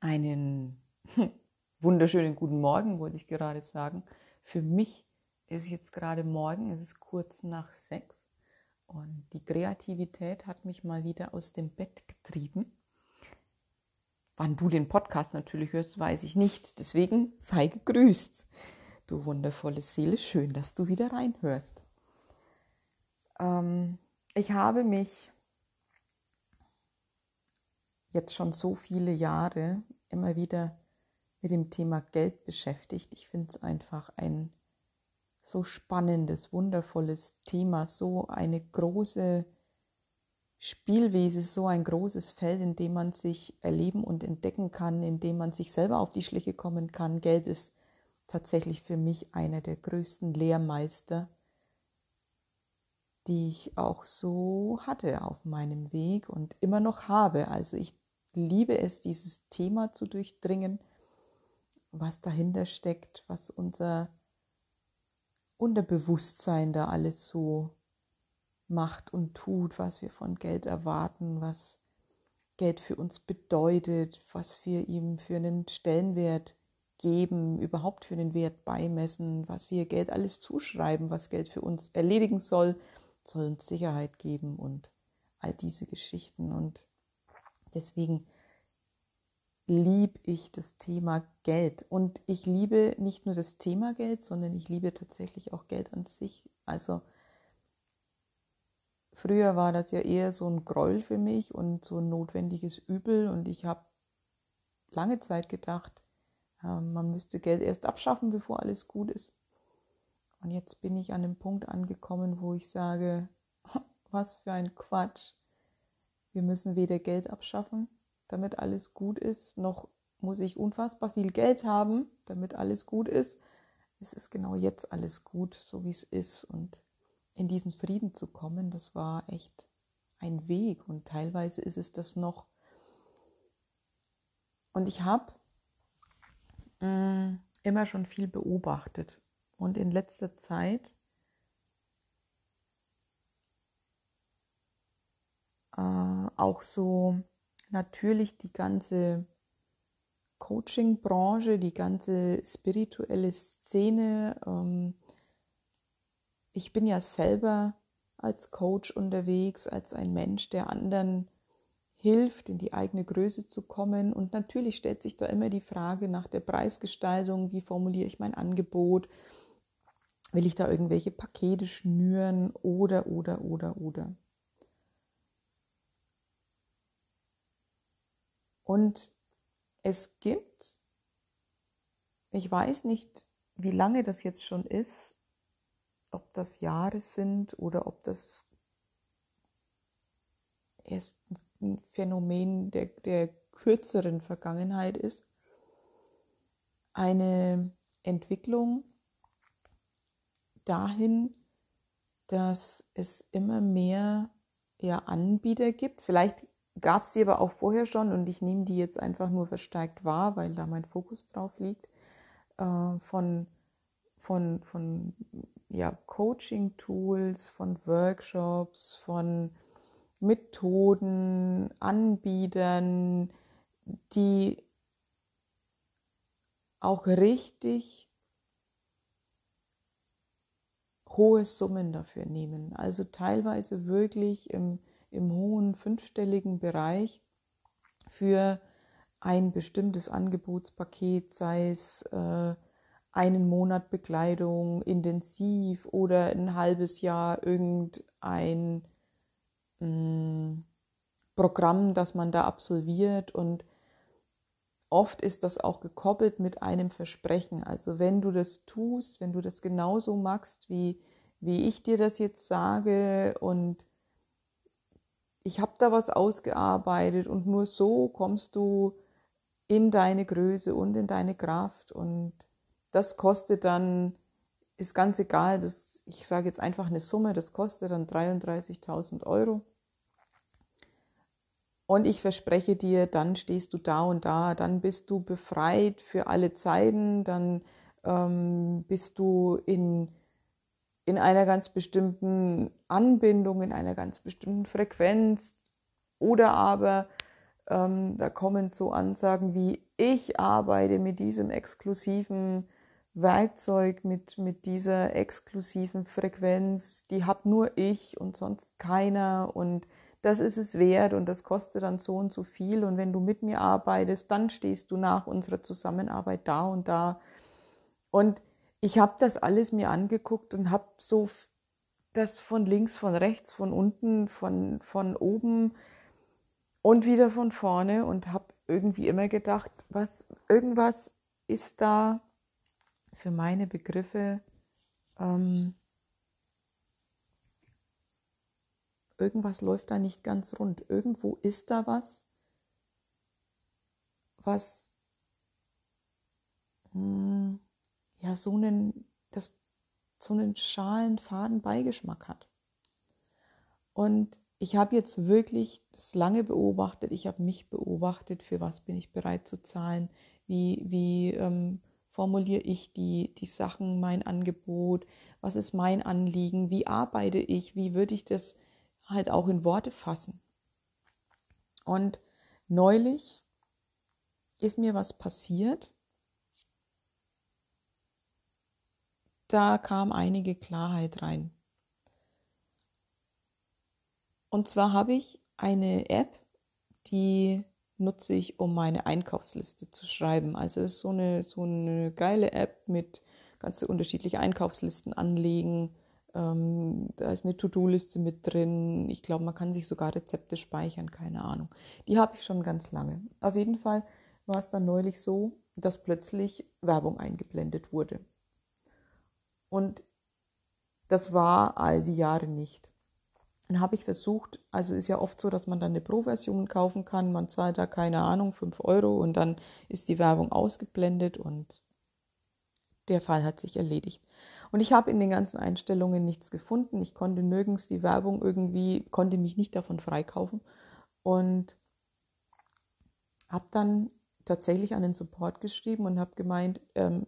Einen wunderschönen guten Morgen, wollte ich gerade sagen. Für mich ist jetzt gerade Morgen, es ist kurz nach 6 und die Kreativität hat mich mal wieder aus dem Bett getrieben. Wann du den Podcast natürlich hörst, weiß ich nicht. Deswegen sei gegrüßt, du wundervolle Seele. Schön, dass du wieder reinhörst. Ich habe mich jetzt schon so viele Jahre immer wieder mit dem Thema Geld beschäftigt. Ich finde es einfach ein so spannendes, wundervolles Thema, so eine große Spielwiese, so ein großes Feld, in dem man sich erleben und entdecken kann, in dem man sich selber auf die Schliche kommen kann. Geld ist tatsächlich für mich einer der größten Lehrmeister, die ich auch so hatte auf meinem Weg und immer noch habe. Also ich liebe es, dieses Thema zu durchdringen, was dahinter steckt, was unser Unterbewusstsein da alles so macht und tut, was wir von Geld erwarten, was Geld für uns bedeutet, was wir ihm für einen Stellenwert geben, überhaupt für einen Wert beimessen, was wir Geld alles zuschreiben, was Geld für uns erledigen soll uns Sicherheit geben und all diese Geschichten. Und deswegen liebe ich das Thema Geld. Und ich liebe nicht nur das Thema Geld, sondern ich liebe tatsächlich auch Geld an sich. Also früher war das ja eher so ein Groll für mich und so ein notwendiges Übel. Und ich habe lange Zeit gedacht, man müsste Geld erst abschaffen, bevor alles gut ist. Und jetzt bin ich an dem Punkt angekommen, wo ich sage, was für ein Quatsch. Wir müssen weder Geld abschaffen, damit alles gut ist, noch muss ich unfassbar viel Geld haben, damit alles gut ist. Es ist genau jetzt alles gut, so wie es ist. Und in diesen Frieden zu kommen, das war echt ein Weg. Und teilweise ist es das noch. Und ich habe immer schon viel beobachtet. Und in letzter Zeit auch so natürlich die ganze Coaching-Branche, die ganze spirituelle Szene. Ich bin ja selber als Coach unterwegs, als ein Mensch, der anderen hilft, in die eigene Größe zu kommen. Und natürlich stellt sich da immer die Frage nach der Preisgestaltung, wie formuliere ich mein Angebot, will ich da irgendwelche Pakete schnüren oder. Und es gibt, ich weiß nicht, wie lange das jetzt schon ist, ob das Jahre sind oder ob das erst ein Phänomen der kürzeren Vergangenheit ist, eine Entwicklung dahin, dass es immer mehr Anbieter gibt. Vielleicht gab es sie aber auch vorher schon und ich nehme die jetzt einfach nur verstärkt wahr, weil da mein Fokus drauf liegt, von Coaching-Tools, von Workshops, von Methoden, Anbietern, die auch richtig hohe Summen dafür nehmen. Also teilweise wirklich im hohen fünfstelligen Bereich für ein bestimmtes Angebotspaket, sei es einen Monat Bekleidung intensiv oder ein halbes Jahr irgendein Programm, das man da absolviert. Und oft ist das auch gekoppelt mit einem Versprechen. Also wenn du das tust, wenn du das genauso machst, wie ich dir das jetzt sage und ich habe da was ausgearbeitet und nur so kommst du in deine Größe und in deine Kraft und das kostet dann, ist ganz egal, ich sage jetzt einfach eine Summe, das kostet dann 33.000 Euro. Und ich verspreche dir, dann stehst du da und da, dann bist du befreit für alle Zeiten, dann bist du in einer ganz bestimmten Anbindung, in einer ganz bestimmten Frequenz oder aber Da kommen so Ansagen wie, ich arbeite mit diesem exklusiven Werkzeug, mit dieser exklusiven Frequenz, die habe nur ich und sonst keiner und das ist es wert und das kostet dann so und so viel und wenn du mit mir arbeitest, dann stehst du nach unserer Zusammenarbeit da und da. Und ich habe das alles mir angeguckt und habe so das von links, von rechts, von unten, von oben und wieder von vorne und habe irgendwie immer gedacht, irgendwas ist da für meine Begriffe, irgendwas läuft da nicht ganz rund. Irgendwo ist da was ja so einen schalen, faden Beigeschmack hat. Und ich habe jetzt wirklich das lange beobachtet, ich habe mich beobachtet, für was bin ich bereit zu zahlen, wie formuliere ich die Sachen, mein Angebot, was ist mein Anliegen, wie arbeite ich, wie würde ich das halt auch in Worte fassen. Und neulich ist mir was passiert, da kam einige Klarheit rein. Und zwar habe ich eine App, die nutze ich, um meine Einkaufsliste zu schreiben. Also es ist so eine geile App mit ganz unterschiedliche Einkaufslisten anlegen. Da ist eine To-Do-Liste mit drin. Ich glaube, man kann sich sogar Rezepte speichern, keine Ahnung. Die habe ich schon ganz lange. Auf jeden Fall war es dann neulich so, dass plötzlich Werbung eingeblendet wurde. Und das war all die Jahre nicht. Dann habe ich versucht, also ist ja oft so, dass man dann eine Pro-Version kaufen kann, man zahlt da, keine Ahnung, 5 Euro und dann ist die Werbung ausgeblendet und der Fall hat sich erledigt. Und ich habe in den ganzen Einstellungen nichts gefunden, ich konnte nirgends die Werbung irgendwie, konnte mich nicht davon freikaufen und habe dann tatsächlich an den Support geschrieben und habe gemeint,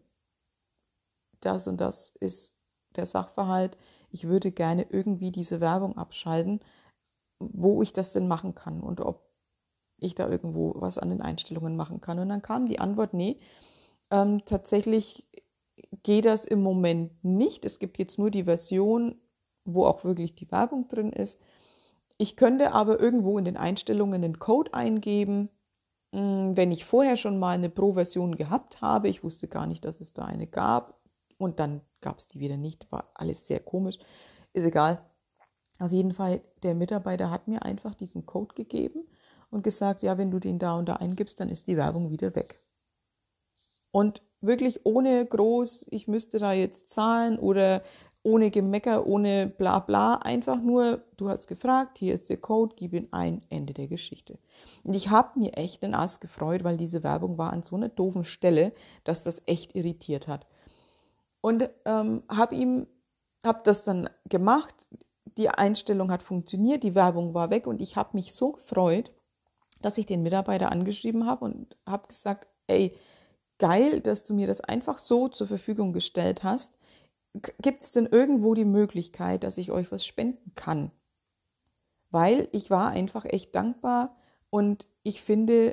das und das ist der Sachverhalt, ich würde gerne irgendwie diese Werbung abschalten, wo ich das denn machen kann und ob ich da irgendwo was an den Einstellungen machen kann. Und dann kam die Antwort, nee, tatsächlich geht das im Moment nicht. Es gibt jetzt nur die Version, wo auch wirklich die Werbung drin ist. Ich könnte aber irgendwo in den Einstellungen den Code eingeben, wenn ich vorher schon mal eine Pro-Version gehabt habe. Ich wusste gar nicht, dass es da eine gab. Und dann gab es die wieder nicht. War alles sehr komisch. Ist egal. Auf jeden Fall, der Mitarbeiter hat mir einfach diesen Code gegeben und gesagt, ja, wenn du den da und da eingibst, dann ist die Werbung wieder weg. Und wirklich ohne groß, ich müsste da jetzt zahlen oder ohne Gemecker, ohne bla bla, einfach nur, du hast gefragt, hier ist der Code, gib ihn ein, Ende der Geschichte. Und ich habe mir echt den Ast gefreut, weil diese Werbung war an so einer doofen Stelle, dass das echt irritiert hat. Und habe das dann gemacht, die Einstellung hat funktioniert, die Werbung war weg und ich habe mich so gefreut, dass ich den Mitarbeiter angeschrieben habe und habe gesagt, ey, geil, dass du mir das einfach so zur Verfügung gestellt hast. Gibt es denn irgendwo die Möglichkeit, dass ich euch was spenden kann? Weil ich war einfach echt dankbar und ich finde,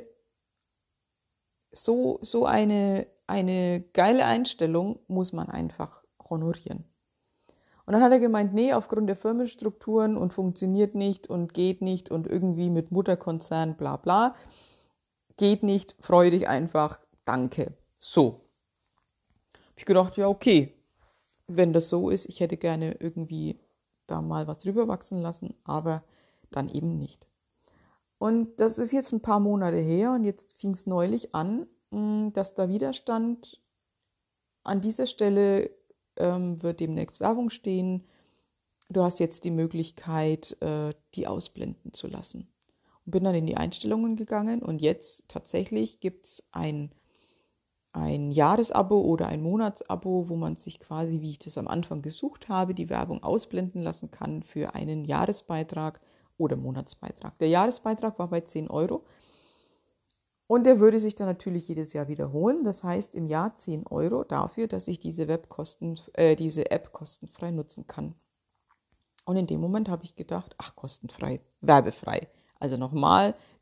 so eine geile Einstellung muss man einfach honorieren. Und dann hat er gemeint, nee, aufgrund der Firmenstrukturen und funktioniert nicht und geht nicht und irgendwie mit Mutterkonzern bla bla, geht nicht, freu dich einfach, danke. So. Hab ich gedacht, ja okay, wenn das so ist, ich hätte gerne irgendwie da mal was rüberwachsen lassen, aber dann eben nicht. Und das ist jetzt ein paar Monate her und jetzt fing es neulich an, dass da Widerstand an dieser Stelle wird demnächst Werbung stehen. Du hast jetzt die Möglichkeit, die ausblenden zu lassen. Und bin dann in die Einstellungen gegangen und jetzt tatsächlich gibt es ein Jahresabo oder ein Monatsabo, wo man sich quasi, wie ich das am Anfang gesucht habe, die Werbung ausblenden lassen kann für einen Jahresbeitrag oder Monatsbeitrag. Der Jahresbeitrag war bei 10 Euro und der würde sich dann natürlich jedes Jahr wiederholen. Das heißt im Jahr 10 Euro dafür, dass ich diese App kostenfrei nutzen kann. Und in dem Moment habe ich gedacht, ach, kostenfrei, werbefrei. Also nochmal,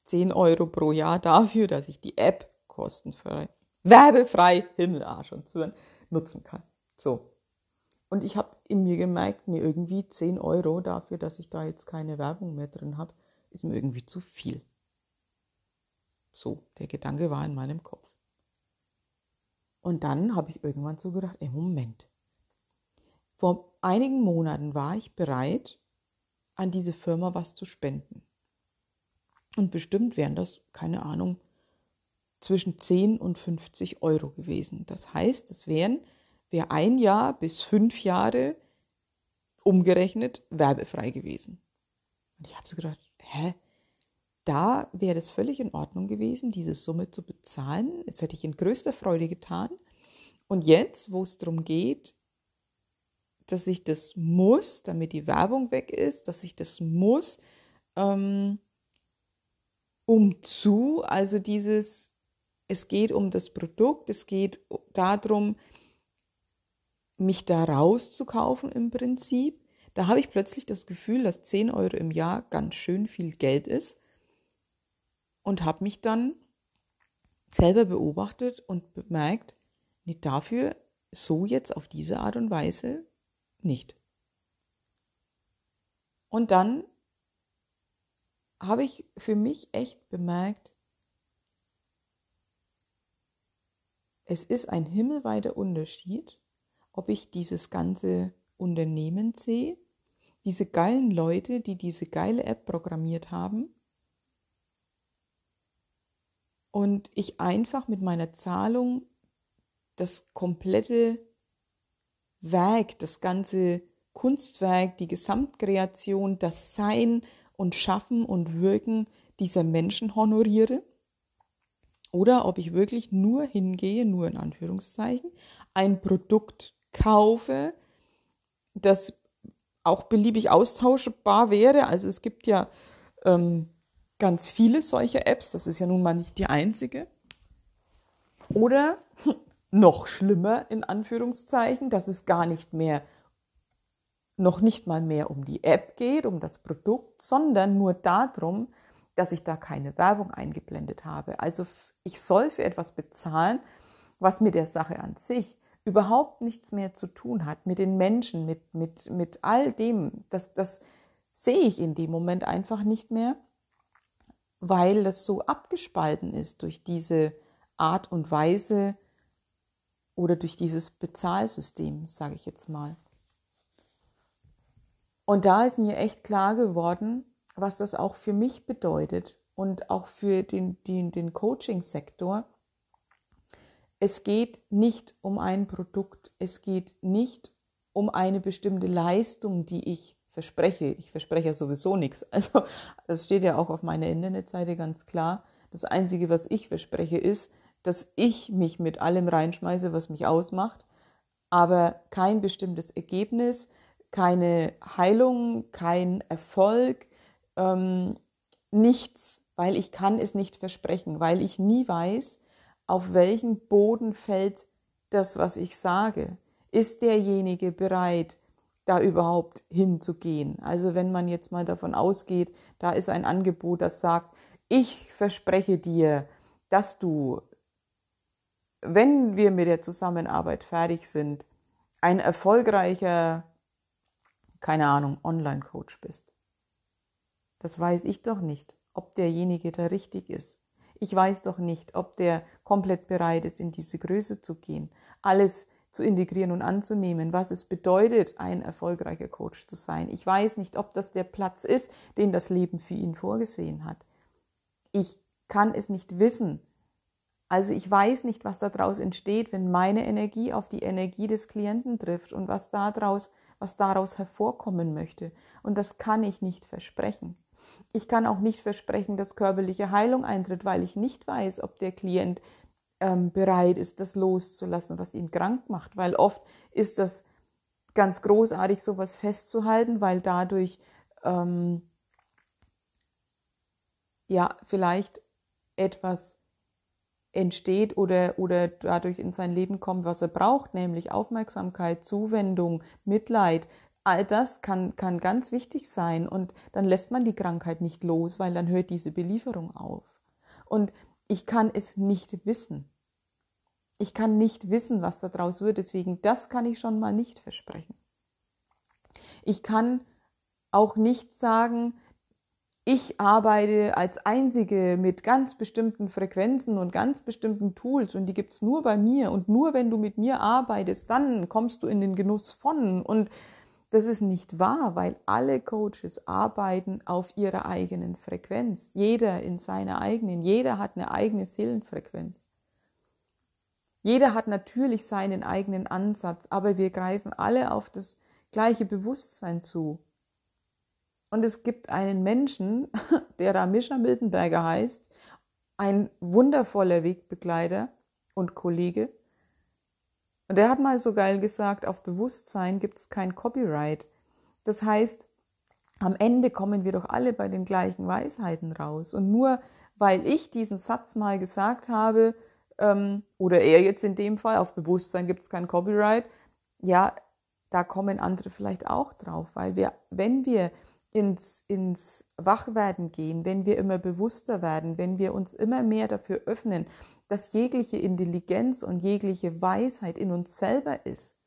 10 Euro pro Jahr dafür, dass ich die App kostenfrei, werbefrei, Himmelarsch und Zwirn, nutzen kann. So. Und ich habe in mir gemerkt, nee, irgendwie 10 Euro dafür, dass ich da jetzt keine Werbung mehr drin habe, ist mir irgendwie zu viel. So, der Gedanke war in meinem Kopf. Und dann habe ich irgendwann so gedacht, ey, Moment. Vor einigen Monaten war ich bereit, an diese Firma was zu spenden. Und bestimmt wären das, keine Ahnung, zwischen 10 und 50 Euro gewesen. Das heißt, es wäre 1 Jahr bis 5 Jahre umgerechnet werbefrei gewesen. Und ich habe so gedacht, da wäre es völlig in Ordnung gewesen, diese Summe zu bezahlen. Das hätte ich in größter Freude getan. Und jetzt, wo es darum geht, dass ich das muss, damit die Werbung weg ist, dass ich das muss, also es geht um das Produkt, es geht darum, mich da rauszukaufen im Prinzip. Da habe ich plötzlich das Gefühl, dass 10 Euro im Jahr ganz schön viel Geld ist und habe mich dann selber beobachtet und bemerkt, nee, dafür so jetzt auf diese Art und Weise nicht. Und dann habe ich für mich echt bemerkt, es ist ein himmelweiter Unterschied, ob ich dieses ganze Unternehmen sehe, diese geilen Leute, die diese geile App programmiert haben und ich einfach mit meiner Zahlung das komplette Werk, das ganze Kunstwerk, die Gesamtkreation, das Sein und Schaffen und Wirken dieser Menschen honoriere. Oder ob ich wirklich nur hingehe, nur in Anführungszeichen, ein Produkt kaufe, das auch beliebig austauschbar wäre. Also es gibt ja ganz viele solche Apps, das ist ja nun mal nicht die einzige. Oder noch schlimmer, in Anführungszeichen, dass es noch nicht mal mehr um die App geht, um das Produkt, sondern nur darum, dass ich da keine Werbung eingeblendet habe. Also ich soll für etwas bezahlen, was mit der Sache an sich überhaupt nichts mehr zu tun hat, mit den Menschen, mit all dem. Das sehe ich in dem Moment einfach nicht mehr, weil das so abgespalten ist durch diese Art und Weise oder durch dieses Bezahlsystem, sage ich jetzt mal. Und da ist mir echt klar geworden, was das auch für mich bedeutet und auch für den Coaching-Sektor. Es geht nicht um ein Produkt, es geht nicht um eine bestimmte Leistung, die ich verspreche. Ich verspreche ja sowieso nichts. Also das steht ja auch auf meiner Internetseite ganz klar. Das Einzige, was ich verspreche, ist, dass ich mich mit allem reinschmeiße, was mich ausmacht, aber kein bestimmtes Ergebnis, keine Heilung, kein Erfolg, nichts, weil ich kann es nicht versprechen, weil ich nie weiß, auf welchen Boden fällt das, was ich sage. Ist derjenige bereit, da überhaupt hinzugehen? Also wenn man jetzt mal davon ausgeht, da ist ein Angebot, das sagt, ich verspreche dir, dass du, wenn wir mit der Zusammenarbeit fertig sind, ein erfolgreicher, keine Ahnung, Online-Coach bist. Das weiß ich doch nicht, ob derjenige da richtig ist. Ich weiß doch nicht, ob der komplett bereit ist, in diese Größe zu gehen, alles zu integrieren und anzunehmen, was es bedeutet, ein erfolgreicher Coach zu sein. Ich weiß nicht, ob das der Platz ist, den das Leben für ihn vorgesehen hat. Ich kann es nicht wissen. Also ich weiß nicht, was daraus entsteht, wenn meine Energie auf die Energie des Klienten trifft und was daraus hervorkommen möchte. Und das kann ich nicht versprechen. Ich kann auch nicht versprechen, dass körperliche Heilung eintritt, weil ich nicht weiß, ob der Klient bereit ist, das loszulassen, was ihn krank macht. Weil oft ist das ganz großartig, sowas festzuhalten, weil dadurch vielleicht etwas entsteht oder dadurch in sein Leben kommt, was er braucht, nämlich Aufmerksamkeit, Zuwendung, Mitleid, all das kann ganz wichtig sein und dann lässt man die Krankheit nicht los, weil dann hört diese Belieferung auf. Und ich kann es nicht wissen. Ich kann nicht wissen, was daraus wird, deswegen das kann ich schon mal nicht versprechen. Ich kann auch nicht sagen, ich arbeite als Einzige mit ganz bestimmten Frequenzen und ganz bestimmten Tools und die gibt es nur bei mir und nur wenn du mit mir arbeitest, dann kommst du in den Genuss von. Und das ist nicht wahr, weil alle Coaches arbeiten auf ihrer eigenen Frequenz. Jeder in seiner eigenen, jeder hat eine eigene Seelenfrequenz. Jeder hat natürlich seinen eigenen Ansatz, aber wir greifen alle auf das gleiche Bewusstsein zu. Und es gibt einen Menschen, der Ramisha Miltenberger heißt, ein wundervoller Wegbegleiter und Kollege. Und der hat mal so geil gesagt, auf Bewusstsein gibt es kein Copyright. Das heißt, am Ende kommen wir doch alle bei den gleichen Weisheiten raus. Und nur weil ich diesen Satz mal gesagt habe, oder er jetzt in dem Fall, auf Bewusstsein gibt es kein Copyright, ja, da kommen andere vielleicht auch drauf. Weil wenn wir ins Wachwerden gehen, wenn wir immer bewusster werden, wenn wir uns immer mehr dafür öffnen, dass jegliche Intelligenz und jegliche Weisheit in uns selber ist,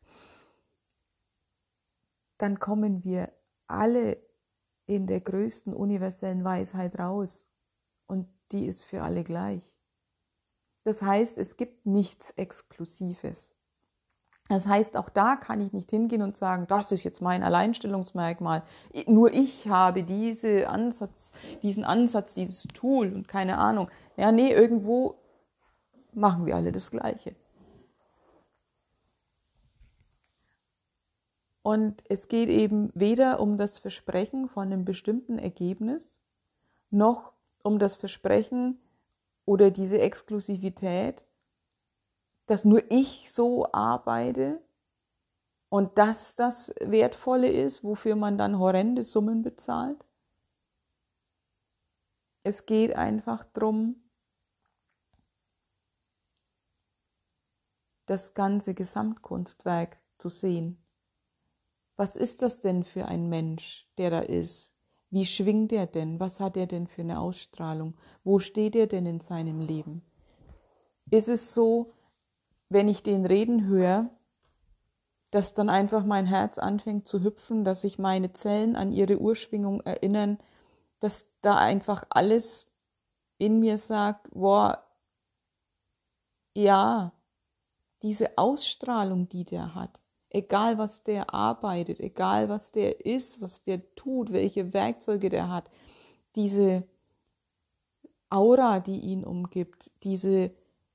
dann kommen wir alle in der größten universellen Weisheit raus. Und die ist für alle gleich. Das heißt, es gibt nichts Exklusives. Das heißt, auch da kann ich nicht hingehen und sagen, das ist jetzt mein Alleinstellungsmerkmal. Nur ich habe diesen Ansatz, dieses Tool und keine Ahnung. Ja, nee, irgendwo machen wir alle das Gleiche. Und es geht eben weder um das Versprechen von einem bestimmten Ergebnis, noch um das Versprechen oder diese Exklusivität, dass nur ich so arbeite und dass das Wertvolle ist, wofür man dann horrende Summen bezahlt. Es geht einfach darum, das ganze Gesamtkunstwerk zu sehen. Was ist das denn für ein Mensch, der da ist? Wie schwingt er denn? Was hat er denn für eine Ausstrahlung? Wo steht er denn in seinem Leben? Ist es so, wenn ich den reden höre, dass dann einfach mein Herz anfängt zu hüpfen, dass sich meine Zellen an ihre Urschwingung erinnern, dass da einfach alles in mir sagt, boah, ja, diese Ausstrahlung, die der hat, egal was der arbeitet, egal was der ist, was der tut, welche Werkzeuge der hat, diese Aura, die ihn umgibt, diese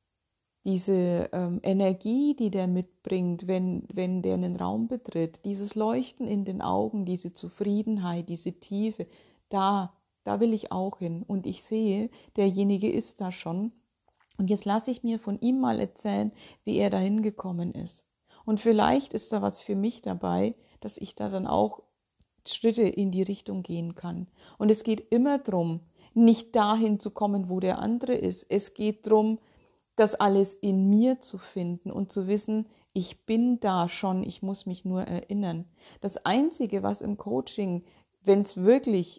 Energie, die der mitbringt, wenn der einen Raum betritt, dieses Leuchten in den Augen, diese Zufriedenheit, diese Tiefe, da will ich auch hin. Und ich sehe, derjenige ist da schon. Und jetzt lasse ich mir von ihm mal erzählen, wie er da hingekommen ist. Und vielleicht ist da was für mich dabei, dass ich da dann auch Schritte in die Richtung gehen kann. Und es geht immer darum, nicht dahin zu kommen, wo der andere ist. Es geht darum, das alles in mir zu finden und zu wissen, ich bin da schon, ich muss mich nur erinnern. Das Einzige, was im Coaching, wenn es wirklich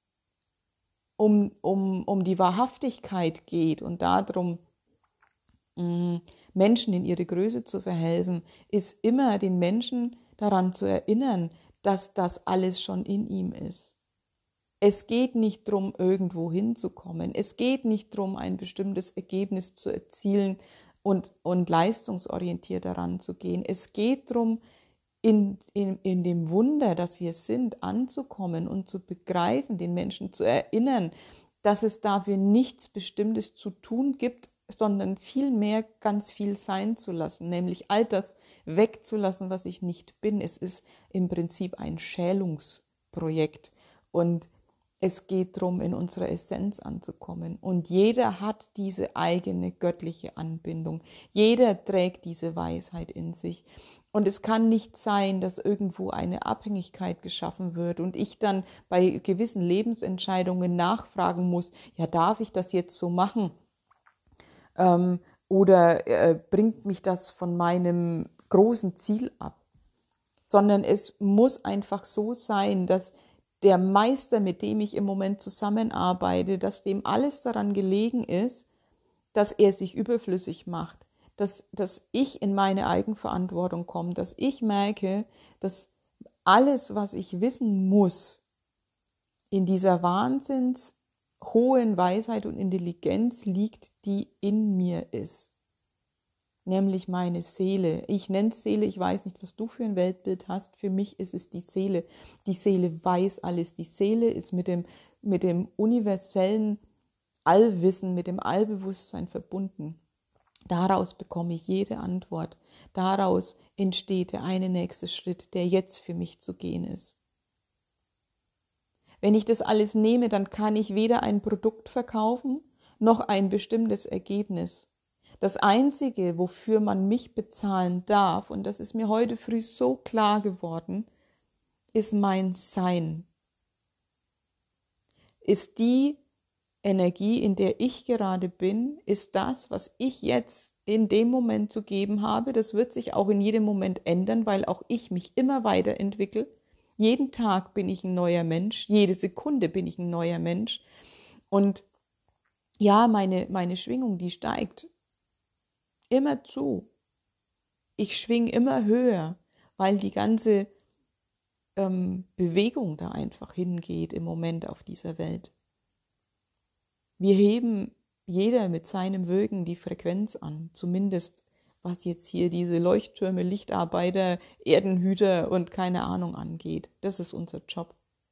um die Wahrhaftigkeit geht und darum, Menschen in ihre Größe zu verhelfen, ist immer den Menschen daran zu erinnern, dass das alles schon in ihm ist. Es geht nicht darum, irgendwo hinzukommen. Es geht nicht darum, ein bestimmtes Ergebnis zu erzielen und leistungsorientiert daran zu gehen. Es geht darum, in dem Wunder, das wir sind, anzukommen und zu begreifen, den Menschen zu erinnern, dass es dafür nichts Bestimmtes zu tun gibt, sondern vielmehr ganz viel sein zu lassen, nämlich all das wegzulassen, was ich nicht bin. Es ist im Prinzip ein Schälungsprojekt und es geht darum, in unserer Essenz anzukommen. Und jeder hat diese eigene göttliche Anbindung. Jeder trägt diese Weisheit in sich. Und es kann nicht sein, dass irgendwo eine Abhängigkeit geschaffen wird und ich dann bei gewissen Lebensentscheidungen nachfragen muss, ja, darf ich das jetzt so machen? Oder bringt mich das von meinem großen Ziel ab? sondern es muss einfach so sein, dass der Meister, mit dem ich im Moment zusammenarbeite, dass dem alles daran gelegen ist, dass er sich überflüssig macht, dass ich in meine Eigenverantwortung komme, dass ich merke, dass alles, was ich wissen muss, in dieser wahnsinns hohen Weisheit und Intelligenz liegt, die in mir ist. Nämlich meine Seele. Ich nenne es Seele, ich weiß nicht, was du für ein Weltbild hast. Für mich ist es die Seele. Die Seele weiß alles. Die Seele ist mit dem universellen Allwissen, mit dem Allbewusstsein verbunden. Daraus bekomme ich jede Antwort. Daraus entsteht der eine nächste Schritt, der jetzt für mich zu gehen ist. Wenn ich das alles nehme, dann kann ich weder ein Produkt verkaufen, noch ein bestimmtes Ergebnis. Das Einzige, wofür man mich bezahlen darf, und das ist mir heute früh so klar geworden, ist mein Sein. Ist die Energie, in der ich gerade bin, ist das, was ich jetzt in dem Moment zu geben habe. Das wird sich auch in jedem Moment ändern, weil auch ich mich immer weiterentwickle. Jeden Tag bin ich ein neuer Mensch, jede Sekunde bin ich ein neuer Mensch. Und ja, meine Schwingung, die steigt immer zu. Ich schwinge immer höher, weil die ganze Bewegung da einfach hingeht im Moment auf dieser Welt. Wir heben jeder mit seinem Wirken die Frequenz an, zumindest was jetzt hier diese Leuchttürme, Lichtarbeiter, Erdenhüter und keine Ahnung angeht. Das ist unser Job.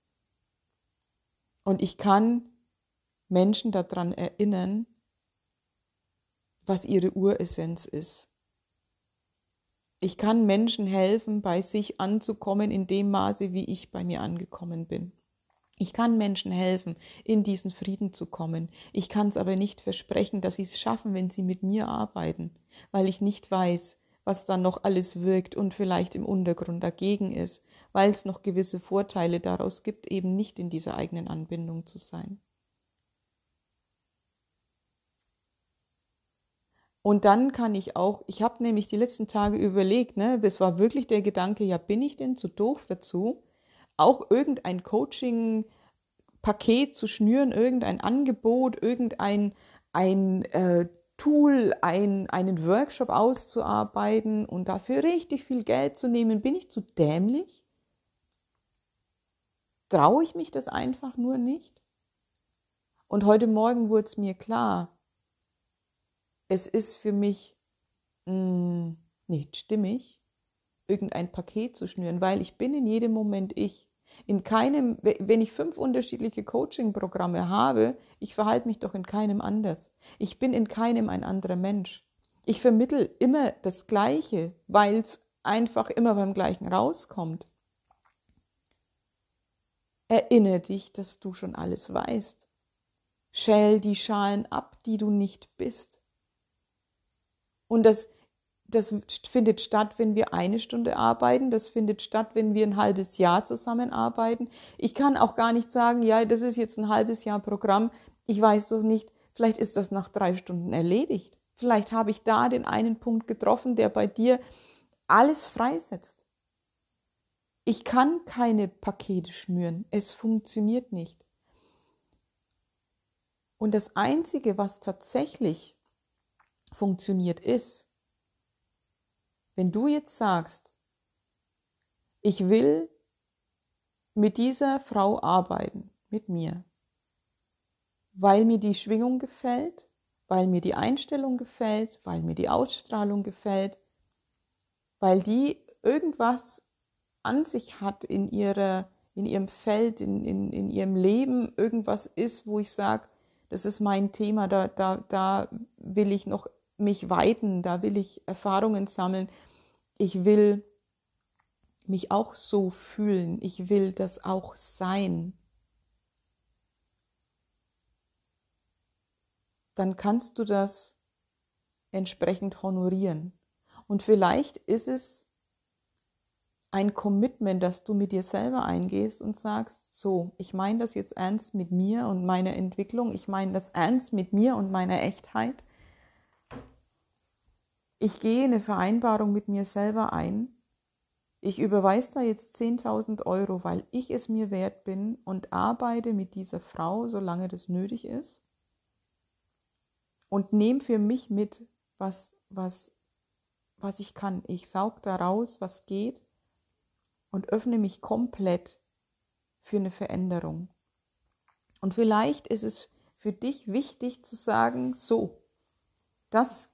Und ich kann Menschen daran erinnern, was ihre Uressenz ist. Ich kann Menschen helfen, bei sich anzukommen in dem Maße, wie ich bei mir angekommen bin. Ich kann Menschen helfen, in diesen Frieden zu kommen. Ich kann es aber nicht versprechen, dass sie es schaffen, wenn sie mit mir arbeiten, weil ich nicht weiß, was dann noch alles wirkt und vielleicht im Untergrund dagegen ist, weil es noch gewisse Vorteile daraus gibt, eben nicht in dieser eigenen Anbindung zu sein. Und dann kann ich auch, ich habe nämlich die letzten Tage überlegt, das war wirklich der Gedanke, ja, bin ich denn zu doof dazu, auch irgendein Coaching-Paket zu schnüren, irgendein Angebot, irgendein Tool, einen Workshop auszuarbeiten und dafür richtig viel Geld zu nehmen. Bin ich zu dämlich? Traue ich mich das einfach nur nicht? Und heute Morgen wurde es mir klar, es ist für mich nicht stimmig, irgendein Paket zu schnüren, weil ich bin in jedem Moment ich. In keinem, wenn ich 5 unterschiedliche Coaching-Programme habe, ich verhalte mich doch in keinem anders. Ich bin in keinem ein anderer Mensch. Ich vermittle immer das Gleiche, weil es einfach immer beim Gleichen rauskommt. Erinnere dich, dass du schon alles weißt. Schäl die Schalen ab, die du nicht bist. Und das findet statt, wenn wir 1 Stunde arbeiten. Das findet statt, wenn wir ein halbes Jahr zusammenarbeiten. Ich kann auch gar nicht sagen, ja, das ist jetzt ein halbes Jahr Programm. Ich weiß doch nicht, vielleicht ist das nach 3 Stunden erledigt. Vielleicht habe ich da den einen Punkt getroffen, der bei dir alles freisetzt. Ich kann keine Pakete schnüren. Es funktioniert nicht. Und das Einzige, was tatsächlich funktioniert, ist, wenn du jetzt sagst, ich will mit dieser Frau arbeiten, mit mir, weil mir die Schwingung gefällt, weil mir die Einstellung gefällt, weil mir die Ausstrahlung gefällt, weil die irgendwas an sich hat in ihrem Feld, in ihrem Leben, irgendwas ist, wo ich sage, das ist mein Thema, da will ich noch mich weiten, da will ich Erfahrungen sammeln. Ich will mich auch so fühlen. Ich will das auch sein. Dann kannst du das entsprechend honorieren. Und vielleicht ist es ein Commitment, das du mit dir selber eingehst und sagst, so, ich meine das jetzt ernst mit mir und meiner Entwicklung. Ich meine das ernst mit mir und meiner Echtheit. Ich gehe eine Vereinbarung mit mir selber ein. ich überweise da jetzt 10.000 Euro, weil ich es mir wert bin und arbeite mit dieser Frau, solange das nötig ist und nehme für mich mit, was ich kann. Ich saug da raus, was geht und öffne mich komplett für eine Veränderung. Und vielleicht ist es für dich wichtig zu sagen, so, das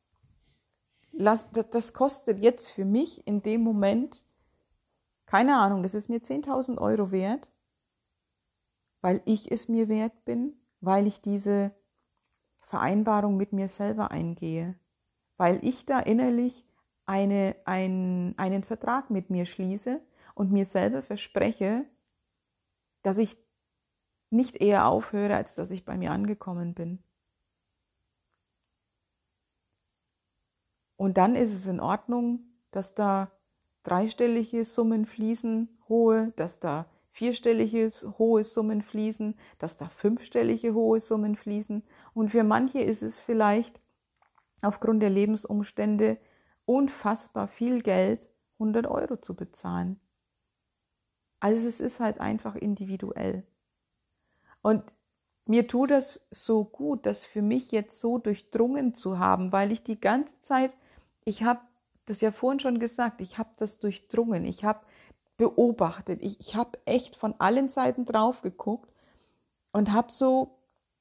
kostet jetzt für mich in dem Moment, keine Ahnung, das ist mir 10.000 Euro wert, weil ich es mir wert bin, weil ich diese Vereinbarung mit mir selber eingehe, weil ich da innerlich einen Vertrag mit mir schließe und mir selber verspreche, dass ich nicht eher aufhöre, als dass ich bei mir angekommen bin. Und dann ist es in Ordnung, dass da dreistellige Summen fließen, hohe, dass da vierstellige hohe Summen fließen, dass da fünfstellige hohe Summen fließen. Und für manche ist es vielleicht aufgrund der Lebensumstände unfassbar viel Geld, 100 Euro zu bezahlen. Also es ist halt einfach individuell. Und mir tut das so gut, das für mich jetzt so durchdrungen zu haben, weil ich die ganze Zeit, ich habe das ja vorhin schon gesagt, ich habe das durchdrungen, ich habe beobachtet, ich habe echt von allen Seiten drauf geguckt und habe so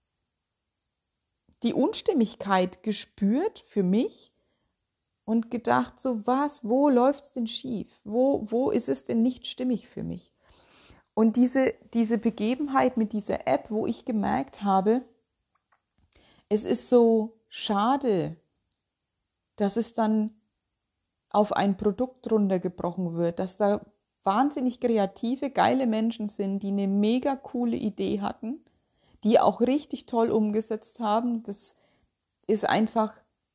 die Unstimmigkeit gespürt für mich und gedacht, so wo läuft es denn schief? Wo ist es denn nicht stimmig für mich? Und diese Begebenheit mit dieser App, wo ich gemerkt habe, es ist so schade, dass es dann auf ein Produkt runtergebrochen wird, dass da wahnsinnig kreative, geile Menschen sind, die eine mega coole Idee hatten, die auch richtig toll umgesetzt haben. Das ist einfach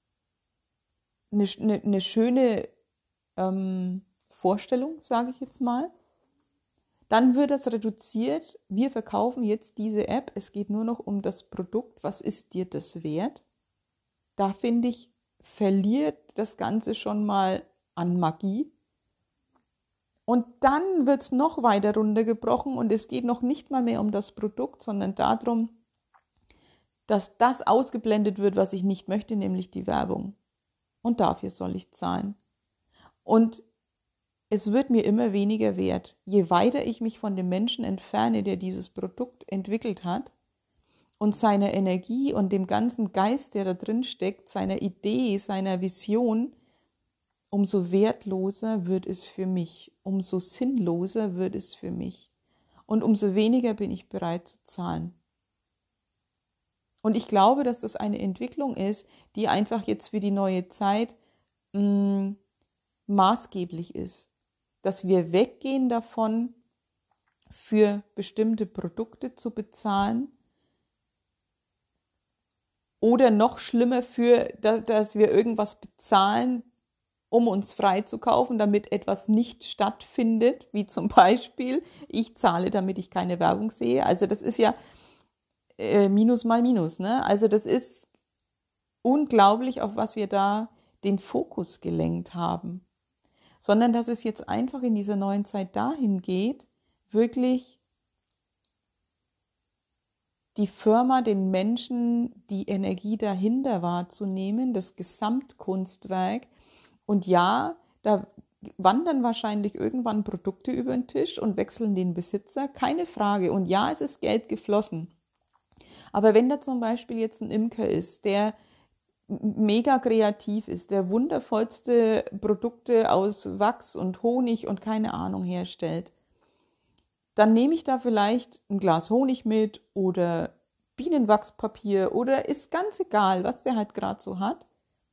eine schöne Vorstellung, sage ich jetzt mal. Dann wird das reduziert. Wir verkaufen jetzt diese App. Es geht nur noch um das Produkt. Was ist dir das wert? Da finde ich, verliert das Ganze schon mal an Magie. Und dann wird es noch weiter runtergebrochen und es geht noch nicht mal mehr um das Produkt, sondern darum, dass das ausgeblendet wird, was ich nicht möchte, nämlich die Werbung. Und dafür soll ich zahlen. Und es wird mir immer weniger wert. Je weiter ich mich von dem Menschen entferne, der dieses Produkt entwickelt hat und seiner Energie und dem ganzen Geist, der da drin steckt, seiner Idee, seiner Vision, umso wertloser wird es für mich, umso sinnloser wird es für mich und umso weniger bin ich bereit zu zahlen. Und ich glaube, dass das eine Entwicklung ist, die einfach jetzt für die neue Zeit maßgeblich ist. Dass wir weggehen davon, für bestimmte Produkte zu bezahlen oder noch schlimmer dass wir irgendwas bezahlen, um uns freizukaufen, damit etwas nicht stattfindet, wie zum Beispiel, ich zahle, damit ich keine Werbung sehe. Also das ist ja Minus mal Minus, ne? Also das ist unglaublich, auf was wir da den Fokus gelenkt haben. Sondern dass es jetzt einfach in dieser neuen Zeit dahin geht, wirklich die Firma, den Menschen, die Energie dahinter wahrzunehmen, das Gesamtkunstwerk. Und ja, da wandern wahrscheinlich irgendwann Produkte über den Tisch und wechseln den Besitzer, keine Frage. Und ja, es ist Geld geflossen. Aber wenn da zum Beispiel jetzt ein Imker ist, der mega kreativ ist, der wundervollste Produkte aus Wachs und Honig und keine Ahnung herstellt, dann nehme ich da vielleicht ein Glas Honig mit oder Bienenwachspapier oder ist ganz egal, was der halt gerade so hat.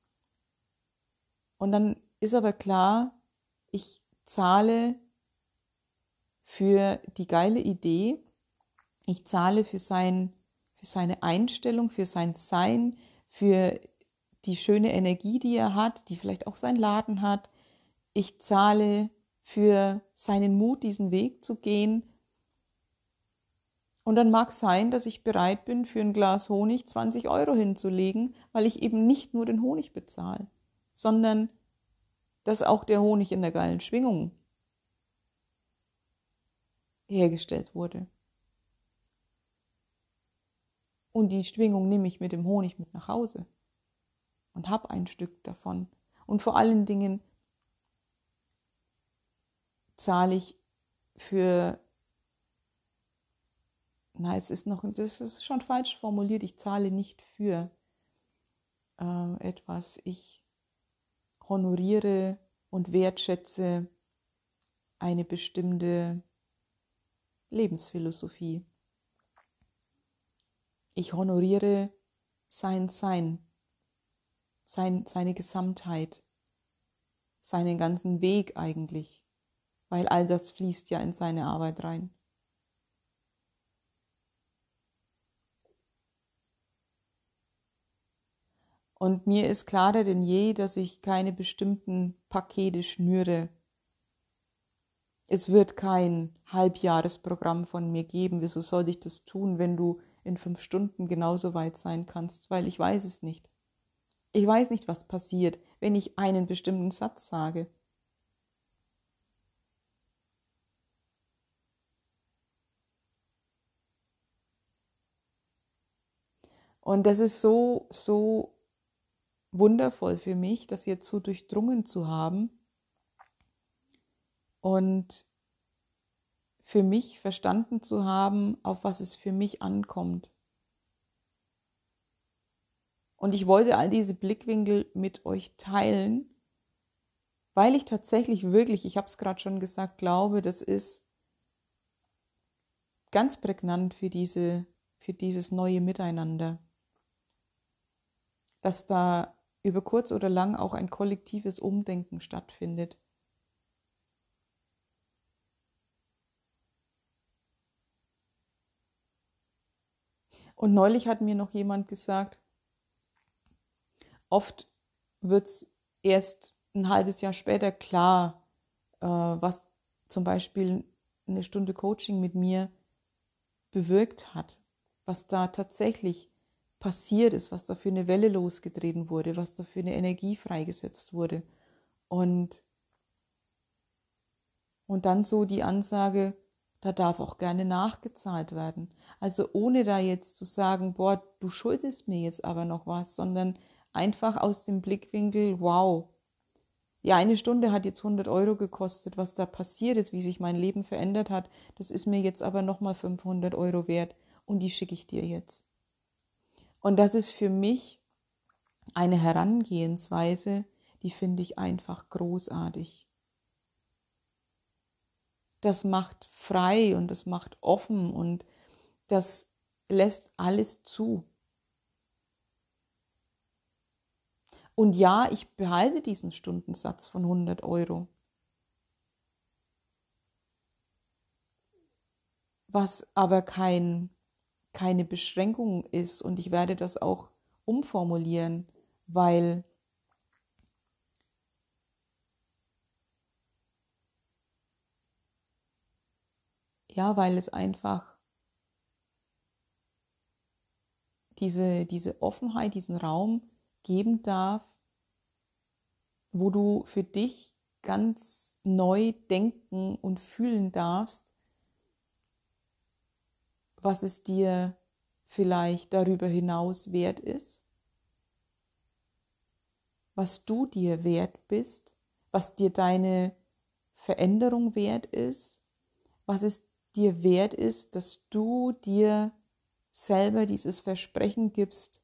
Und dann ist aber klar, ich zahle für die geile Idee, ich zahle für seine Einstellung, für sein Sein, für die schöne Energie, die er hat, die vielleicht auch sein Laden hat. Ich zahle für seinen Mut, diesen Weg zu gehen. Und dann mag es sein, dass ich bereit bin, für ein Glas Honig 20 Euro hinzulegen, weil ich eben nicht nur den Honig bezahle, sondern dass auch der Honig in der geilen Schwingung hergestellt wurde. Und die Schwingung nehme ich mit dem Honig mit nach Hause und habe ein Stück davon. Und vor allen Dingen zahle ich für, das ist schon falsch formuliert, ich zahle nicht für etwas. Ich honoriere und wertschätze eine bestimmte Lebensphilosophie. Ich honoriere sein Sein, seine Gesamtheit, seinen ganzen Weg eigentlich, weil all das fließt ja in seine Arbeit rein. Und mir ist klarer denn je, dass ich keine bestimmten Pakete schnüre. Es wird kein Halbjahresprogramm von mir geben. Wieso sollte ich das tun, wenn du in 5 Stunden genauso weit sein kannst? Weil ich weiß es nicht. Ich weiß nicht, was passiert, wenn ich einen bestimmten Satz sage. Und das ist so, so wundervoll für mich, das jetzt so durchdrungen zu haben und für mich verstanden zu haben, auf was es für mich ankommt. Und ich wollte all diese Blickwinkel mit euch teilen, weil ich tatsächlich wirklich, ich habe es gerade schon gesagt, glaube, das ist ganz prägnant für dieses neue Miteinander, dass da über kurz oder lang auch ein kollektives Umdenken stattfindet. Und neulich hat mir noch jemand gesagt, oft wird es erst ein halbes Jahr später klar, was zum Beispiel eine Stunde Coaching mit mir bewirkt hat, was da tatsächlich passiert ist, was da für eine Welle losgetreten wurde, was da für eine Energie freigesetzt wurde. Und dann so die Ansage, da darf auch gerne nachgezahlt werden. Also ohne da jetzt zu sagen, boah, du schuldest mir jetzt aber noch was, sondern einfach aus dem Blickwinkel, wow, ja, eine Stunde hat jetzt 100 Euro gekostet, was da passiert ist, wie sich mein Leben verändert hat, das ist mir jetzt aber nochmal 500 Euro wert und die schicke ich dir jetzt. Und das ist für mich eine Herangehensweise, die finde ich einfach großartig. Das macht frei und das macht offen und das lässt alles zu. Und ja, ich behalte diesen Stundensatz von 100 Euro. Was aber keine Beschränkung ist und ich werde das auch umformulieren, weil es einfach diese Offenheit, diesen Raum geben darf, wo du für dich ganz neu denken und fühlen darfst, was es dir vielleicht darüber hinaus wert ist, was du dir wert bist, was dir deine Veränderung wert ist, was es dir wert ist, dass du dir selber dieses Versprechen gibst,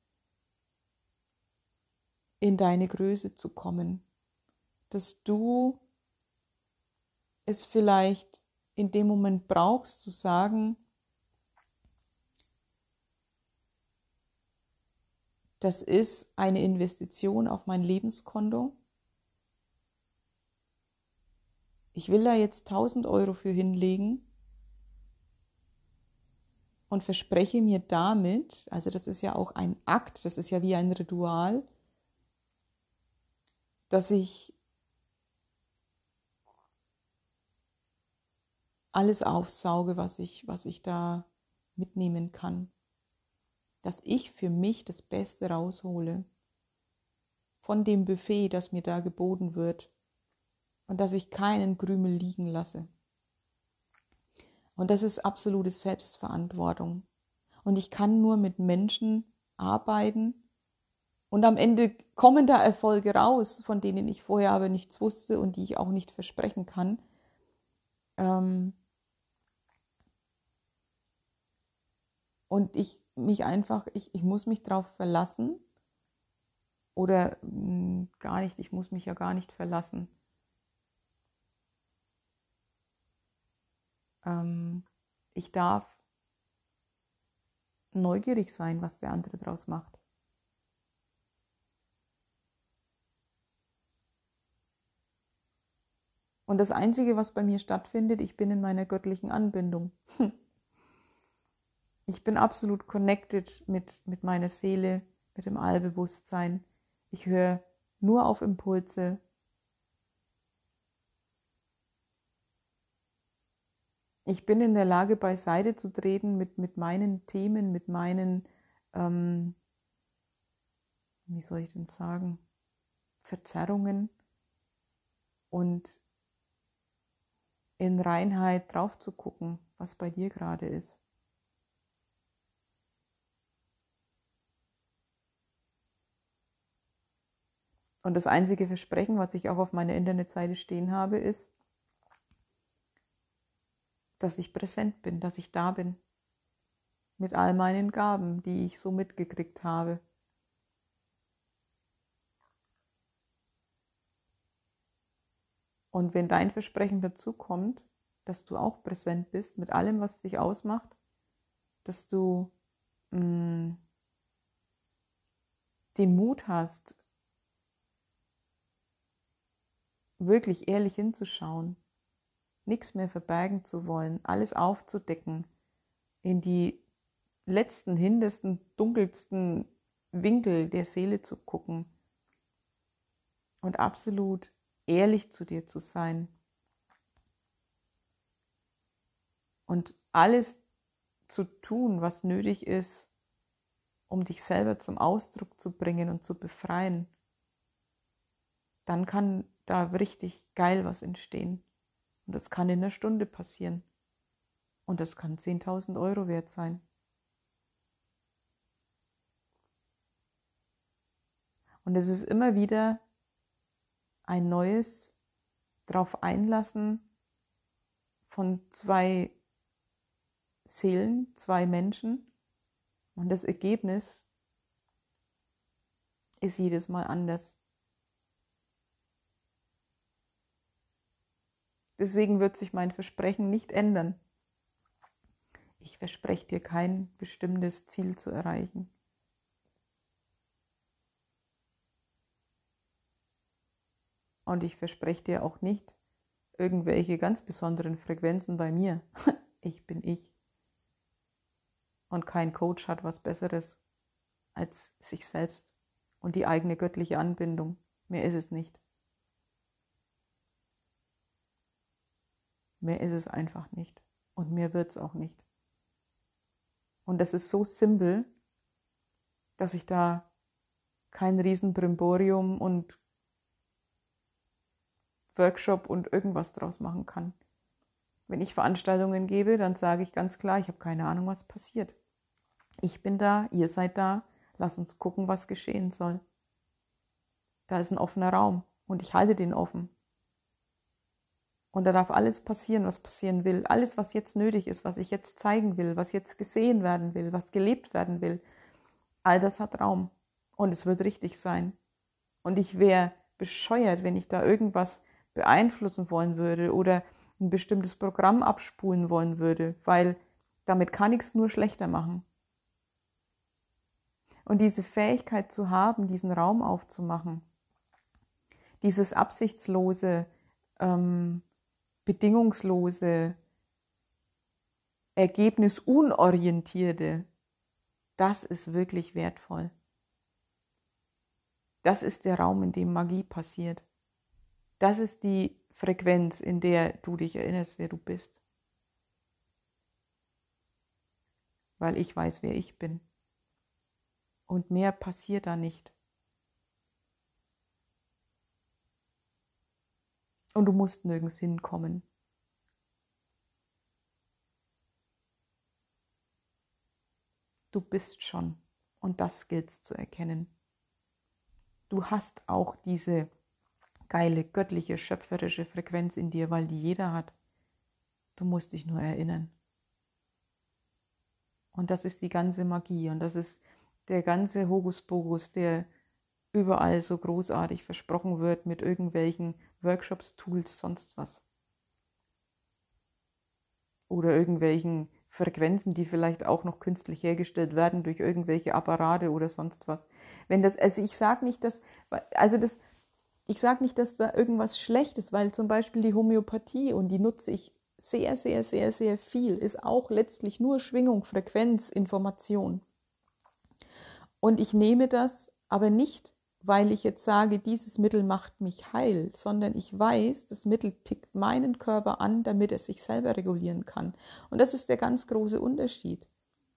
in deine Größe zu kommen, dass du es vielleicht in dem Moment brauchst, zu sagen, das ist eine Investition auf mein Lebenskonto. Ich will da jetzt 1000 Euro für hinlegen und verspreche mir damit, also das ist ja auch ein Akt, das ist ja wie ein Ritual, dass ich alles aufsauge, was ich da mitnehmen kann. Dass ich für mich das Beste raushole von dem Buffet, das mir da geboten wird und dass ich keinen Krümel liegen lasse. Und das ist absolute Selbstverantwortung. Und ich kann nur mit Menschen arbeiten und am Ende kommen da Erfolge raus, von denen ich vorher aber nichts wusste und die ich auch nicht versprechen kann. Und ich muss mich darauf verlassen oder gar nicht, ich muss mich ja gar nicht verlassen. Ich darf neugierig sein, was der andere draus macht. Und das Einzige, was bei mir stattfindet, ich bin in meiner göttlichen Anbindung. Ich bin absolut connected mit meiner Seele, mit dem Allbewusstsein. Ich höre nur auf Impulse. Ich bin in der Lage, beiseite zu treten mit meinen Themen, mit meinen, wie soll ich denn sagen, Verzerrungen und in Reinheit drauf zu gucken, was bei dir gerade ist. Und das einzige Versprechen, was ich auch auf meiner Internetseite stehen habe, ist, dass ich präsent bin, dass ich da bin. Mit all meinen Gaben, die ich so mitgekriegt habe. Und wenn dein Versprechen dazu kommt, dass du auch präsent bist mit allem, was dich ausmacht, dass du den Mut hast, wirklich ehrlich hinzuschauen, nichts mehr verbergen zu wollen, alles aufzudecken, in die letzten, hintersten, dunkelsten Winkel der Seele zu gucken und absolut ehrlich zu dir zu sein und alles zu tun, was nötig ist, um dich selber zum Ausdruck zu bringen und zu befreien, dann kann da richtig geil was entstehen. Und das kann in einer Stunde passieren. Und das kann 10.000 Euro wert sein. Und es ist immer wieder ein neues drauf einlassen von zwei Seelen, zwei Menschen. Und das Ergebnis ist jedes Mal anders. Deswegen wird sich mein Versprechen nicht ändern. Ich verspreche dir kein bestimmtes Ziel zu erreichen. Und ich verspreche dir auch nicht irgendwelche ganz besonderen Frequenzen bei mir. Ich bin ich. Und kein Coach hat was Besseres als sich selbst und die eigene göttliche Anbindung. Mehr ist es nicht. Mehr ist es einfach nicht. Und mehr wird es auch nicht. Und das ist so simpel, dass ich da kein Riesenbrimborium und Workshop und irgendwas draus machen kann. Wenn ich Veranstaltungen gebe, dann sage ich ganz klar, ich habe keine Ahnung, was passiert. Ich bin da, ihr seid da, lass uns gucken, was geschehen soll. Da ist ein offener Raum und ich halte den offen. Und da darf alles passieren, was passieren will. Alles, was jetzt nötig ist, was ich jetzt zeigen will, was jetzt gesehen werden will, was gelebt werden will. All das hat Raum. Und es wird richtig sein. Und ich wäre bescheuert, wenn ich da irgendwas beeinflussen wollen würde oder ein bestimmtes Programm abspulen wollen würde, weil damit kann ich es nur schlechter machen. Und diese Fähigkeit zu haben, diesen Raum aufzumachen, dieses absichtslose, bedingungslose, ergebnisunorientierte, das ist wirklich wertvoll. Das ist der Raum, in dem Magie passiert. Das ist die Frequenz, in der du dich erinnerst, wer du bist. Weil ich weiß, wer ich bin. Und mehr passiert da nicht. Und du musst nirgends hinkommen. du bist schon. Und das gilt's zu erkennen. Du hast auch diese geile, göttliche, schöpferische Frequenz in dir, weil die jeder hat. Du musst dich nur erinnern. Und das ist die ganze Magie und das ist der ganze Hokuspokus, der überall so großartig versprochen wird mit irgendwelchen Workshops, Tools, sonst was. Oder irgendwelchen Frequenzen, die vielleicht auch noch künstlich hergestellt werden durch irgendwelche Apparate oder sonst was. Ich sage nicht, dass da irgendwas schlecht ist, weil zum Beispiel die Homöopathie, und die nutze ich sehr, sehr, sehr, sehr viel, ist auch letztlich nur Schwingung, Frequenz, Information. Und ich nehme das aber nicht, weil ich jetzt sage, dieses Mittel macht mich heil, sondern ich weiß, das Mittel tickt meinen Körper an, damit er sich selber regulieren kann. Und das ist der ganz große Unterschied.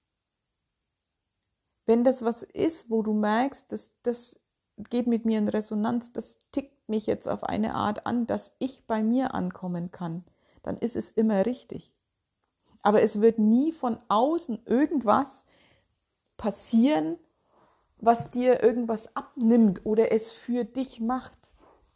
Wenn das was ist, wo du merkst, das geht mit mir in Resonanz, das tickt mich jetzt auf eine Art an, dass ich bei mir ankommen kann, dann ist es immer richtig. Aber es wird nie von außen irgendwas passieren, was dir irgendwas abnimmt oder es für dich macht.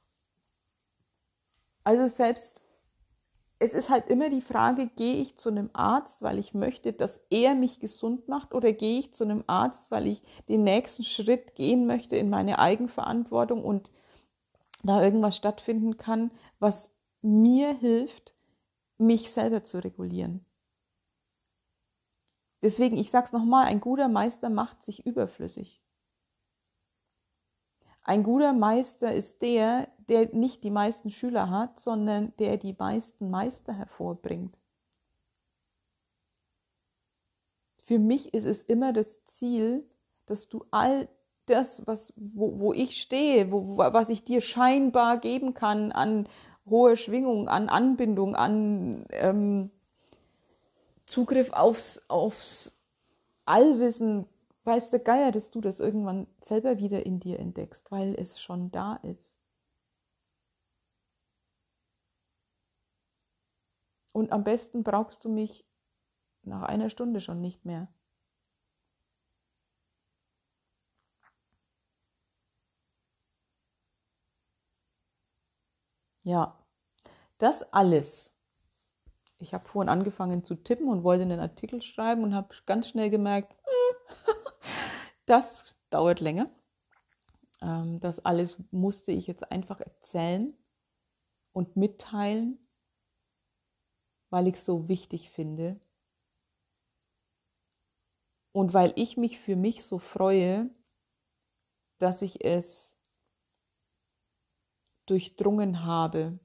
Also es ist halt immer die Frage, gehe ich zu einem Arzt, weil ich möchte, dass er mich gesund macht, oder gehe ich zu einem Arzt, weil ich den nächsten Schritt gehen möchte in meine Eigenverantwortung und da irgendwas stattfinden kann, was mir hilft, mich selber zu regulieren. Deswegen, ich sage es nochmal, ein guter Meister macht sich überflüssig. Ein guter Meister ist der nicht die meisten Schüler hat, sondern der die meisten Meister hervorbringt. Für mich ist es immer das Ziel, dass du all das, wo ich stehe, was ich dir scheinbar geben kann an hoher Schwingung, an Anbindung, an Zugriff aufs Allwissen, weiß der Geier, dass du das irgendwann selber wieder in dir entdeckst, weil es schon da ist. Und am besten brauchst du mich nach einer Stunde schon nicht mehr. Ja, das alles. Ich habe vorhin angefangen zu tippen und wollte einen Artikel schreiben und habe ganz schnell gemerkt, das dauert länger. Das alles musste ich jetzt einfach erzählen und mitteilen, weil ich es so wichtig finde und weil ich mich für mich so freue, dass ich es durchdrungen habe.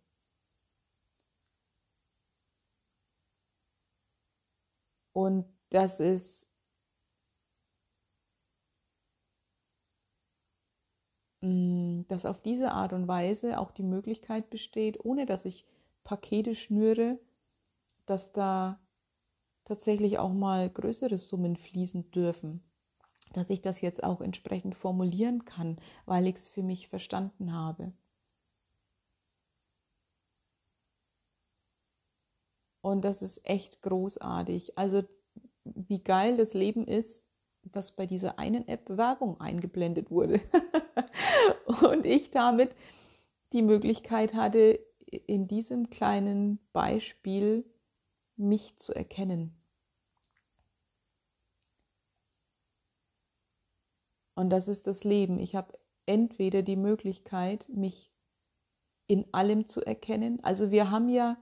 Und dass dass auf diese Art und Weise auch die Möglichkeit besteht, ohne dass ich Pakete schnüre, dass da tatsächlich auch mal größere Summen fließen dürfen. Dass ich das jetzt auch entsprechend formulieren kann, weil ich es für mich verstanden habe. Und das ist echt großartig. Also wie geil das Leben ist, dass bei dieser einen App Werbung eingeblendet wurde. Und ich damit die Möglichkeit hatte, in diesem kleinen Beispiel mich zu erkennen. Und das ist das Leben. Ich habe entweder die Möglichkeit, mich in allem zu erkennen. Also wir haben ja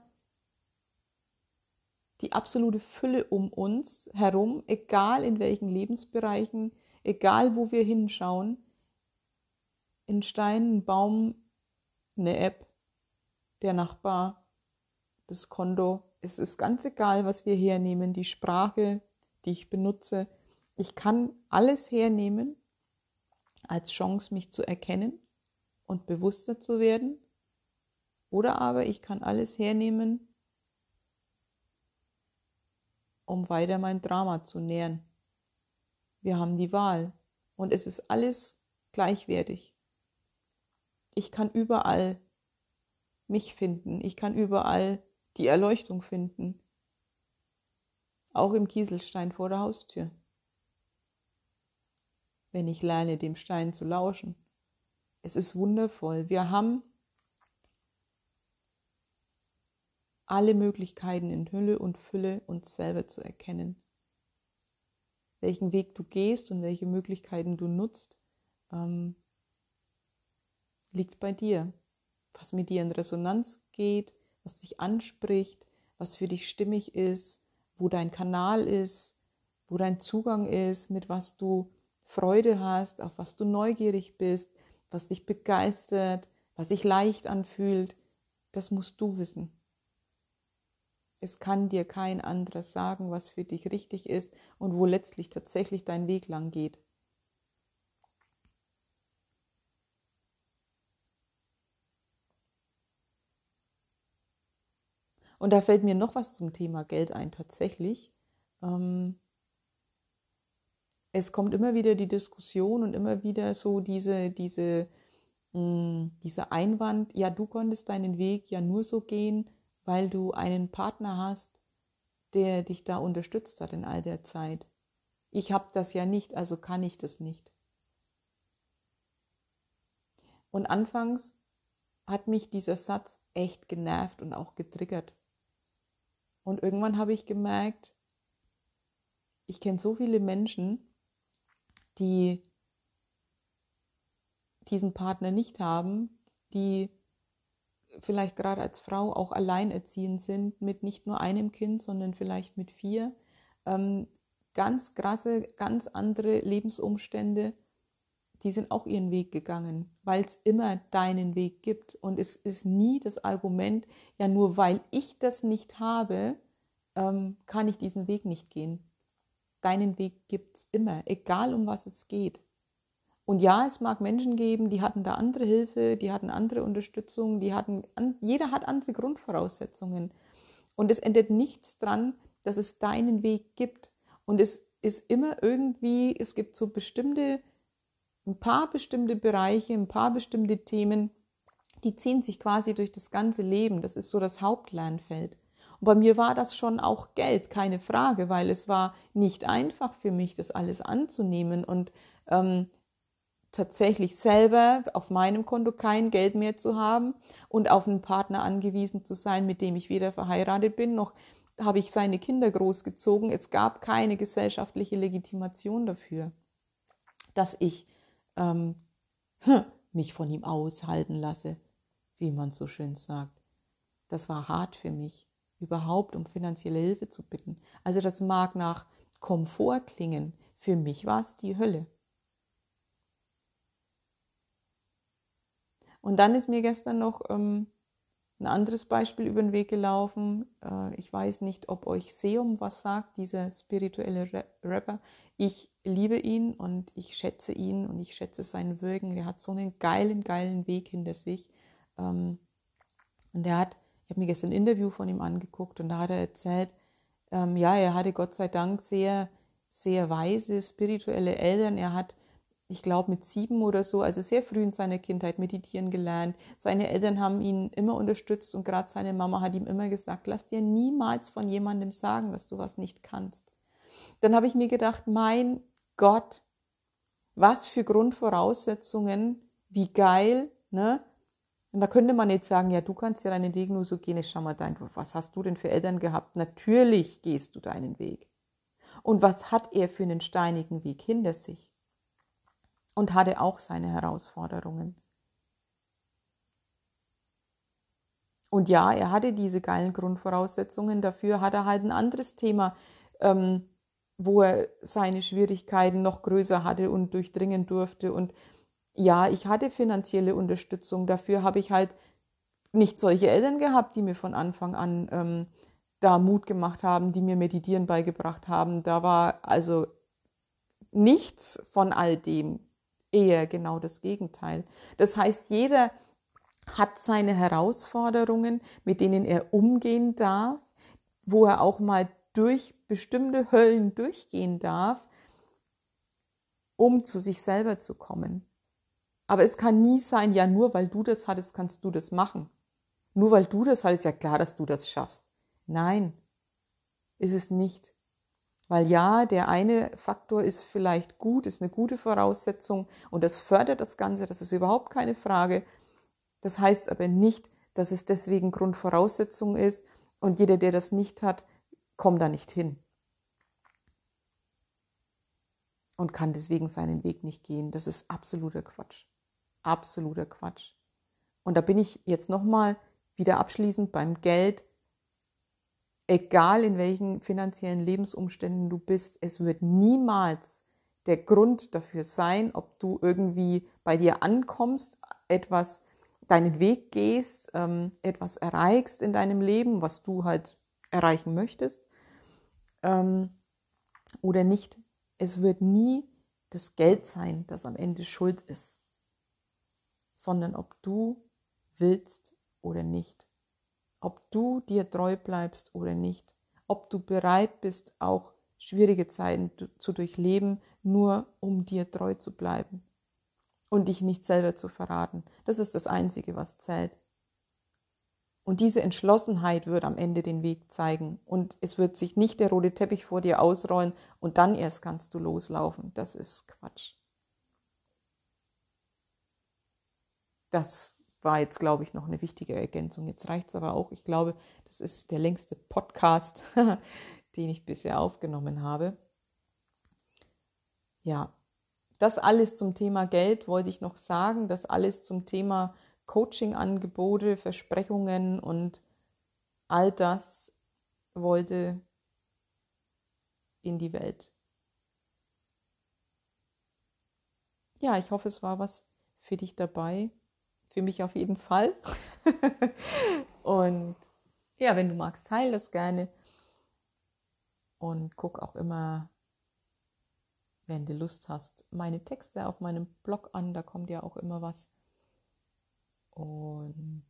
die absolute Fülle um uns herum, egal in welchen Lebensbereichen, egal wo wir hinschauen. Ein Stein, ein Baum, eine App, der Nachbar, das Konto. Es ist ganz egal, was wir hernehmen, die Sprache, die ich benutze. Ich kann alles hernehmen als Chance, mich zu erkennen und bewusster zu werden. Oder aber ich kann alles hernehmen, um weiter mein Drama zu nähren. Wir haben die Wahl und es ist alles gleichwertig. Ich kann überall mich finden. Ich kann überall die Erleuchtung finden. Auch im Kieselstein vor der Haustür. wenn ich lerne, dem Stein zu lauschen. Es ist wundervoll. Wir haben alle Möglichkeiten in Hülle und Fülle, uns selber zu erkennen. Welchen Weg du gehst und welche Möglichkeiten du nutzt, liegt bei dir. Was mit dir in Resonanz geht, was dich anspricht, was für dich stimmig ist, wo dein Kanal ist, wo dein Zugang ist, mit was du Freude hast, auf was du neugierig bist, was dich begeistert, was sich leicht anfühlt, das musst du wissen. Es kann dir kein anderer sagen, was für dich richtig ist und wo letztlich tatsächlich dein Weg lang geht. Und da fällt mir noch was zum Thema Geld ein, tatsächlich. Es kommt immer wieder die Diskussion und immer wieder so dieser Einwand, ja, du konntest deinen Weg ja nur so gehen, weil du einen Partner hast, der dich da unterstützt hat in all der Zeit. Ich habe das ja nicht, also kann ich das nicht. Und anfangs hat mich dieser Satz echt genervt und auch getriggert. Und irgendwann habe ich gemerkt, ich kenne so viele Menschen, die diesen Partner nicht haben, die vielleicht gerade als Frau auch alleinerziehend sind, mit nicht nur einem Kind, sondern vielleicht mit 4. Ganz krasse, ganz andere Lebensumstände, die sind auch ihren Weg gegangen, weil es immer deinen Weg gibt. Und es ist nie das Argument, ja, nur weil ich das nicht habe, kann ich diesen Weg nicht gehen. Deinen Weg gibt es immer, egal um was es geht. Und ja, es mag Menschen geben, die hatten da andere Hilfe, die hatten andere Unterstützung, jeder hat andere Grundvoraussetzungen. Und es ändert nichts dran, dass es deinen Weg gibt. Und es ist immer irgendwie, es gibt so ein paar bestimmte Bereiche, ein paar bestimmte Themen, die ziehen sich quasi durch das ganze Leben. Das ist so das Hauptlernfeld. Und bei mir war das schon auch Geld, keine Frage, weil es war nicht einfach für mich, das alles anzunehmen und tatsächlich selber auf meinem Konto kein Geld mehr zu haben und auf einen Partner angewiesen zu sein, mit dem ich weder verheiratet bin, noch habe ich seine Kinder großgezogen. Es gab keine gesellschaftliche Legitimation dafür, dass ich mich von ihm aushalten lasse, wie man so schön sagt. Das war hart für mich, überhaupt um finanzielle Hilfe zu bitten. Also das mag nach Komfort klingen, für mich war es die Hölle. Und dann ist mir gestern noch ein anderes Beispiel über den Weg gelaufen. Ich weiß nicht, ob euch Seum was sagt, dieser spirituelle Rapper. Ich liebe ihn und ich schätze ihn und ich schätze sein Wirken. Er hat so einen geilen Weg hinter sich. Und ich habe mir gestern ein Interview von ihm angeguckt und da hat er erzählt, ja, er hatte Gott sei Dank sehr, sehr weise spirituelle Eltern. Er hat, ich glaube, mit 7 oder so, also sehr früh in seiner Kindheit meditieren gelernt. Seine Eltern haben ihn immer unterstützt und gerade seine Mama hat ihm immer gesagt, lass dir niemals von jemandem sagen, dass du was nicht kannst. Dann habe ich mir gedacht, mein Gott, was für Grundvoraussetzungen, wie geil, ne? Und da könnte man jetzt sagen, ja, du kannst ja deinen Weg nur so gehen, schau mal, was hast du denn für Eltern gehabt? Natürlich gehst du deinen Weg. Und was hat er für einen steinigen Weg hinter sich? Und hatte auch seine Herausforderungen. Und ja, er hatte diese geilen Grundvoraussetzungen, dafür hat er halt ein anderes Thema, wo er seine Schwierigkeiten noch größer hatte und durchdringen durfte. Und ja, ich hatte finanzielle Unterstützung, dafür habe ich halt nicht solche Eltern gehabt, die mir von Anfang an da Mut gemacht haben, die mir Meditieren beigebracht haben. Da war also nichts von all dem. Eher genau das Gegenteil. Das heißt, jeder hat seine Herausforderungen, mit denen er umgehen darf, wo er auch mal durch bestimmte Höllen durchgehen darf, um zu sich selber zu kommen. Aber es kann nie sein, ja, nur weil du das hattest, kannst du das machen. Nur weil du das hattest, ja klar, dass du das schaffst. Nein, ist es nicht. Weil ja, der eine Faktor ist vielleicht gut, ist eine gute Voraussetzung und das fördert das Ganze, das ist überhaupt keine Frage. Das heißt aber nicht, dass es deswegen Grundvoraussetzung ist und jeder, der das nicht hat, kommt da nicht hin und kann deswegen seinen Weg nicht gehen. Das ist absoluter Quatsch. Absoluter Quatsch. Und da bin ich jetzt nochmal wieder abschließend beim Geld. Egal in welchen finanziellen Lebensumständen du bist, es wird niemals der Grund dafür sein, ob du irgendwie bei dir ankommst, deinen Weg gehst, etwas erreichst in deinem Leben, was du halt erreichen möchtest oder nicht. Es wird nie das Geld sein, das am Ende schuld ist, sondern ob du willst oder nicht. Ob du dir treu bleibst oder nicht. Ob du bereit bist, auch schwierige Zeiten zu durchleben, nur um dir treu zu bleiben und dich nicht selber zu verraten. Das ist das Einzige, was zählt. Und diese Entschlossenheit wird am Ende den Weg zeigen. Und es wird sich nicht der rote Teppich vor dir ausrollen und dann erst kannst du loslaufen. Das ist Quatsch. Das war jetzt, glaube ich, noch eine wichtige Ergänzung. Jetzt reicht es aber auch. Ich glaube, das ist der längste Podcast, den ich bisher aufgenommen habe. Ja, das alles zum Thema Geld wollte ich noch sagen. Das alles zum Thema Coaching-Angebote, Versprechungen und all das wollte in die Welt. Ja, ich hoffe, es war was für dich dabei. Für mich auf jeden Fall. Und ja, wenn du magst, teile das gerne. Und guck auch immer, wenn du Lust hast, meine Texte auf meinem Blog an. Da kommt ja auch immer was. Und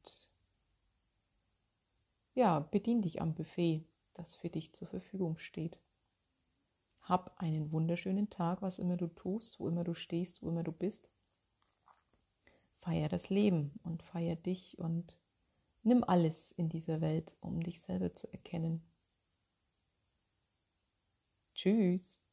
ja, bedien dich am Buffet, das für dich zur Verfügung steht. Hab einen wunderschönen Tag, was immer du tust, wo immer du stehst, wo immer du bist. Feier das Leben und feier dich und nimm alles in dieser Welt, um dich selber zu erkennen. Tschüss.